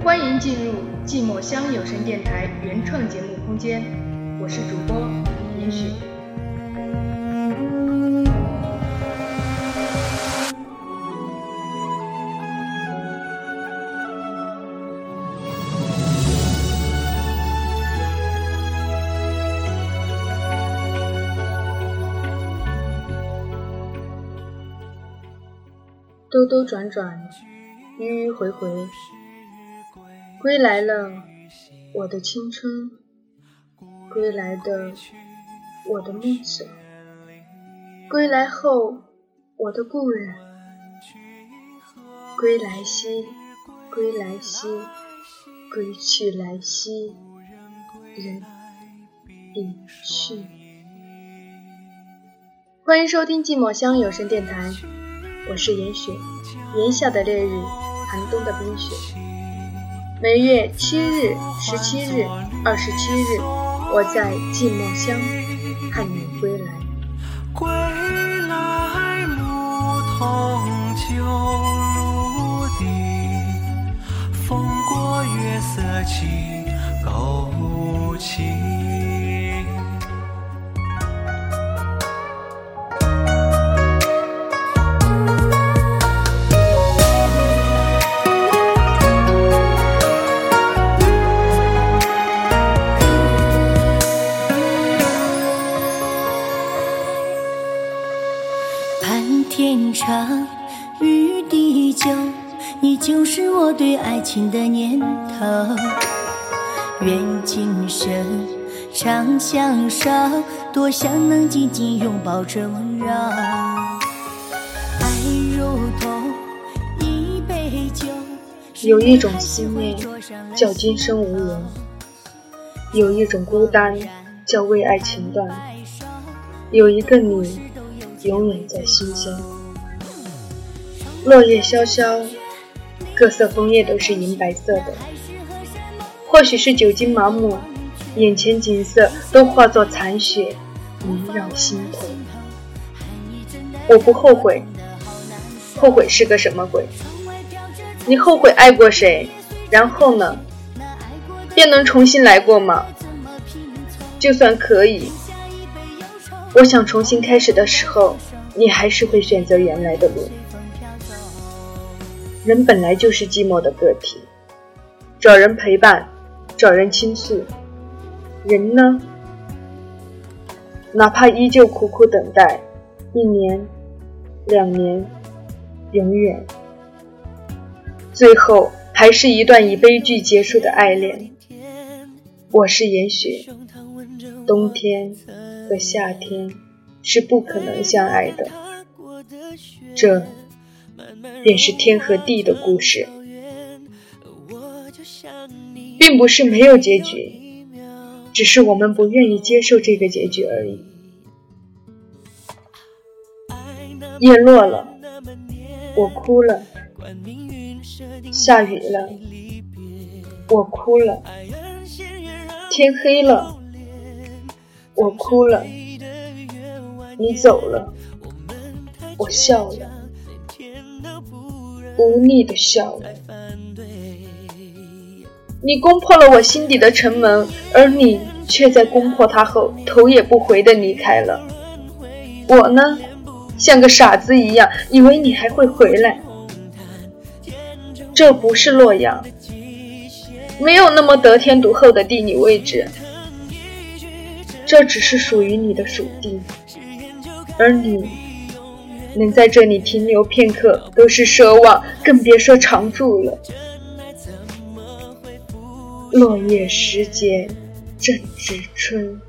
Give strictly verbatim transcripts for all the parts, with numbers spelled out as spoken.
欢迎进入寂寞乡有声电台原创节目空间，我是主播严雪。兜兜转转，迂迂回回，归来了我的青春，归来的我的梦想，归来后我的故人，归来兮归来兮，归去来兮，人已去。欢迎收听寂寞乡有声电台，我是严雪，炎夏的烈日，寒冬的冰雪。每月七日、十七日、二十七日，我在寂寞乡看你归来。 归来牧童酒如笛，风过月色起勾起。 天长与地久，你就是我对爱情的念头。愿今生常相守，多想能紧紧拥抱着温柔。爱如同一杯酒， 有一种思念叫今生无缘，有一种孤单叫为爱情断，有一个你永远在心间。落叶萧萧，各色枫叶都是银白色的，或许是酒精麻木，眼前景色都化作残雪，萦绕心头。我不后悔，后悔是个什么鬼？你后悔爱过谁，然后呢？便能重新来过吗？就算可以，我想重新开始的时候，你还是会选择原来的路。人本来就是寂寞的个体，找人陪伴，找人倾诉。人呢？哪怕依旧苦苦等待，一年、两年、永远，最后还是一段以悲剧结束的爱恋。我是严雪，冬天和夏天是不可能相爱的，这便是天和地的故事，并不是没有结局，只是我们不愿意接受这个结局而已。叶落了，我哭了；下雨了，我哭了；天黑了，我哭了；你走了，我笑了，无力地笑了。你攻破了我心底的城门，而你却在攻破它后头也不回地离开了。我呢，像个傻子一样，以为你还会回来。这不是洛阳，没有那么得天独厚的地理位置，这只是属于你的属地，而你能在这里停留片刻都是奢望，更别说常住了。落叶时节正值春，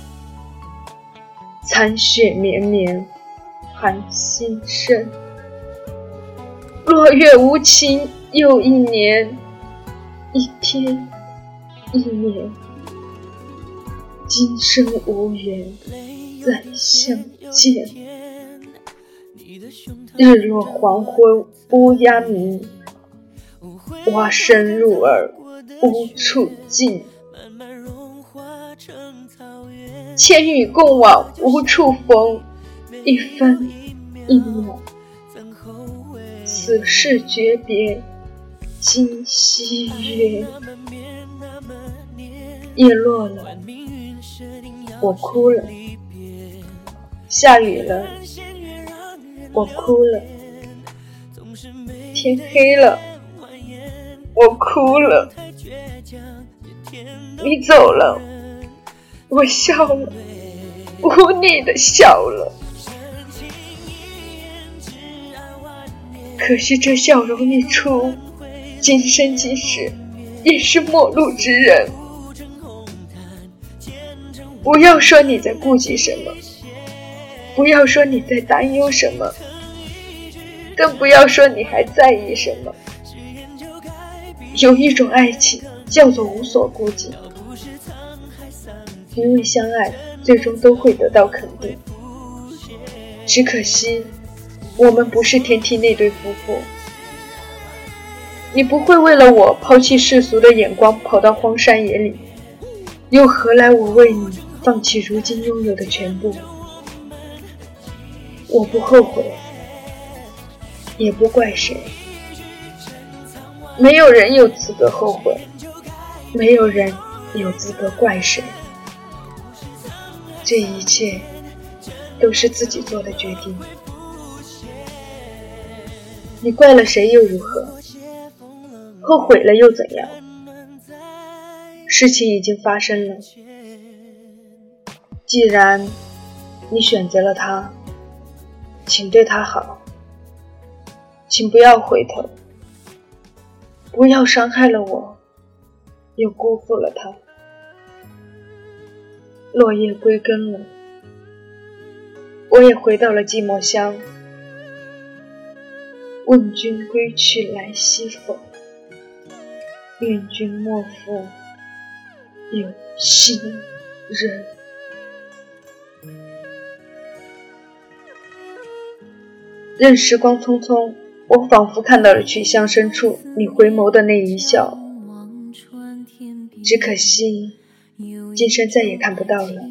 残雪绵绵寒心深。落月无情又一年，一天一年，今生无缘再相见。日落黄昏乌鸦鸣，蛙声入耳无处尽。千语共往无处逢，一分一秒此事诀别， 今夕月。叶落了，我哭了；下雨了，我哭了；天黑了，我哭了；你走了，我笑了，无力的笑了。可是这笑容一出，今生今世也是陌路之人。不要说你在顾忌什么，不要说你在担忧什么，更不要说你还在意什么。有一种爱情叫做无所顾忌，因为相爱最终都会得到肯定。只可惜我们不是天梯那对夫妇，你不会为了我抛弃世俗的眼光跑到荒山野岭，又何来我为你放弃如今拥有的全部。我不后悔，也不怪谁，没有人有资格后悔，没有人有资格怪谁。这一切都是自己做的决定，你怪了谁又如何？后悔了又怎样？事情已经发生了，既然你选择了他，请对他好，请不要回头，不要伤害了我，又辜负了他。落叶归根了，我也回到了寂寞乡。问君归去来兮否？愿君莫负有心人。任时光匆匆，我仿佛看到了曲项深处你回眸的那一笑，只可惜今生再也看不到了。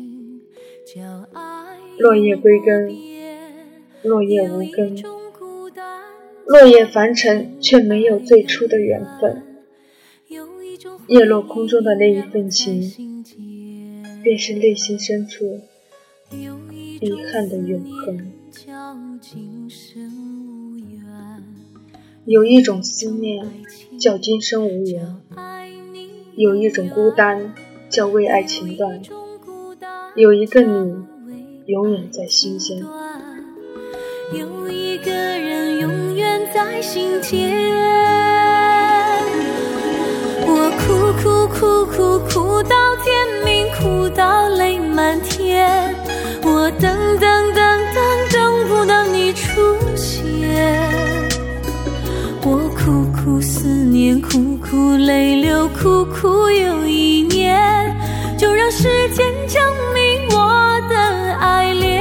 落叶归根，落叶无根，落叶凡尘，却没有最初的缘分。叶落空中的那一份情，便是内心深处遗憾的永恒。有一种思念叫今生无缘，有一种孤单叫为爱情断，有一个你永远在心间， 有一个人永远在心间。我哭哭哭哭哭到天明，哭到泪满天，我等等等等等不到你出现。我苦苦思念，苦苦泪流，苦苦又一年，就让时间证明我的爱恋。